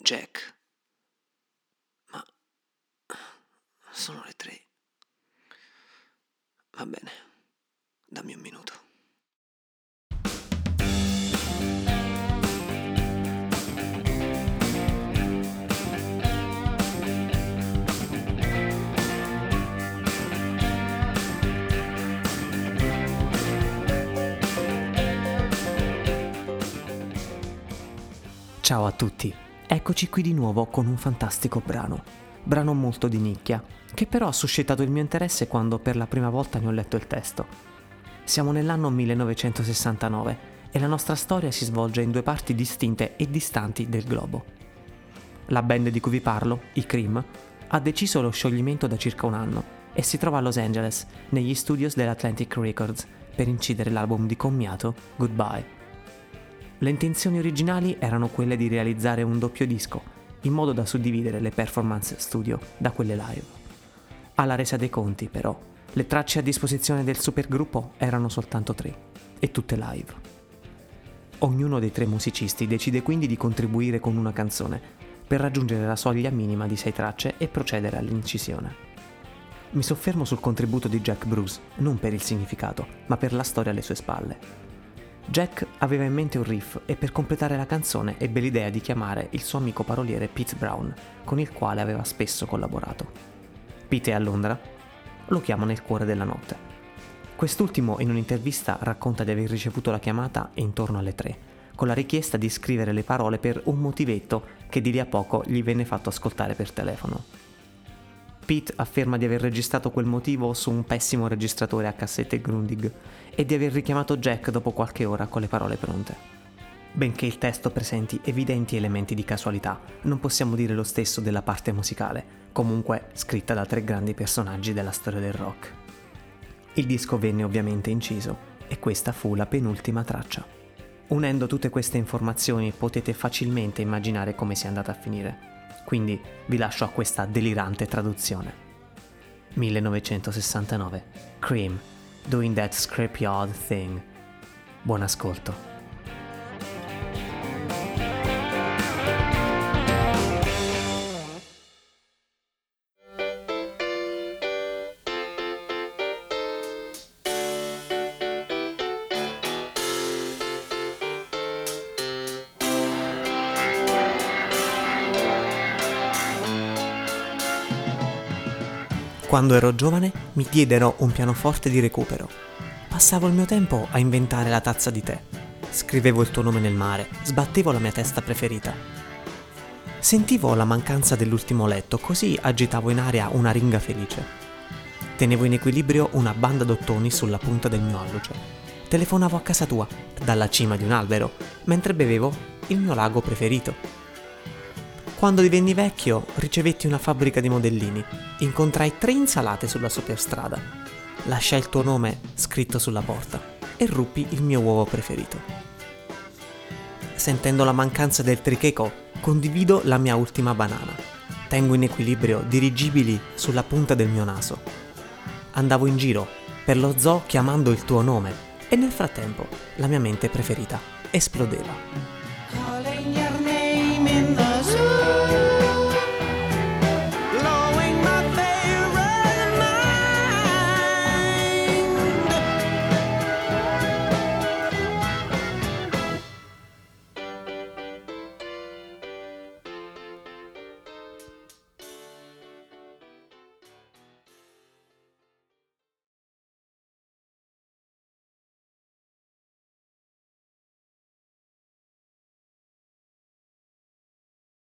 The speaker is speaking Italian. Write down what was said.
Jack. Ma sono le 3. Va bene, dammi un minuto. Ciao a tutti, eccoci qui di nuovo con un fantastico brano molto di nicchia, che però ha suscitato il mio interesse quando per la prima volta ne ho letto il testo. Siamo nell'anno 1969 e la nostra storia si svolge in due parti distinte e distanti del globo. La band di cui vi parlo, i Cream, ha deciso lo scioglimento da circa un anno e si trova a Los Angeles, negli studios dell'Atlantic Records, per incidere l'album di commiato Goodbye. Le intenzioni originali erano quelle di realizzare un doppio disco, in modo da suddividere le performance studio da quelle live. Alla resa dei conti, però, le tracce a disposizione del supergruppo erano soltanto 3, e tutte live. Ognuno dei 3 musicisti decide quindi di contribuire con una canzone, per raggiungere la soglia minima di 6 tracce e procedere all'incisione. Mi soffermo sul contributo di Jack Bruce, non per il significato, ma per la storia alle sue spalle. Jack aveva in mente un riff e per completare la canzone ebbe l'idea di chiamare il suo amico paroliere Pete Brown, con il quale aveva spesso collaborato. Pete è a Londra, lo chiama nel cuore della notte. Quest'ultimo in un'intervista racconta di aver ricevuto la chiamata intorno alle 3, con la richiesta di scrivere le parole per un motivetto che di lì a poco gli venne fatto ascoltare per telefono. Pete afferma di aver registrato quel motivo su un pessimo registratore a cassette Grundig e di aver richiamato Jack dopo qualche ora con le parole pronte. Benché il testo presenti evidenti elementi di casualità, non possiamo dire lo stesso della parte musicale, comunque scritta da 3 grandi personaggi della storia del rock. Il disco venne ovviamente inciso e questa fu la penultima traccia. Unendo tutte queste informazioni potete facilmente immaginare come sia andata a finire. Quindi vi lascio a questa delirante traduzione. 1969. Cream, Doing That Scrapyard Thing. Buon ascolto. Quando ero giovane mi diedero un pianoforte di recupero. Passavo il mio tempo a inventare la tazza di tè. Scrivevo il tuo nome nel mare, sbattevo la mia testa preferita. Sentivo la mancanza dell'ultimo letto, così agitavo in aria una ringa felice. Tenevo in equilibrio una banda d'ottoni sulla punta del mio alluce. Telefonavo a casa tua, dalla cima di un albero, mentre bevevo il mio lago preferito. Quando divenni vecchio, ricevetti una fabbrica di modellini. Incontrai 3 insalate sulla superstrada. Lasciai il tuo nome scritto sulla porta e ruppi il mio uovo preferito. Sentendo la mancanza del tricheco, condivido la mia ultima banana. Tengo in equilibrio dirigibili sulla punta del mio naso. Andavo in giro per lo zoo chiamando il tuo nome e nel frattempo la mia mente preferita esplodeva.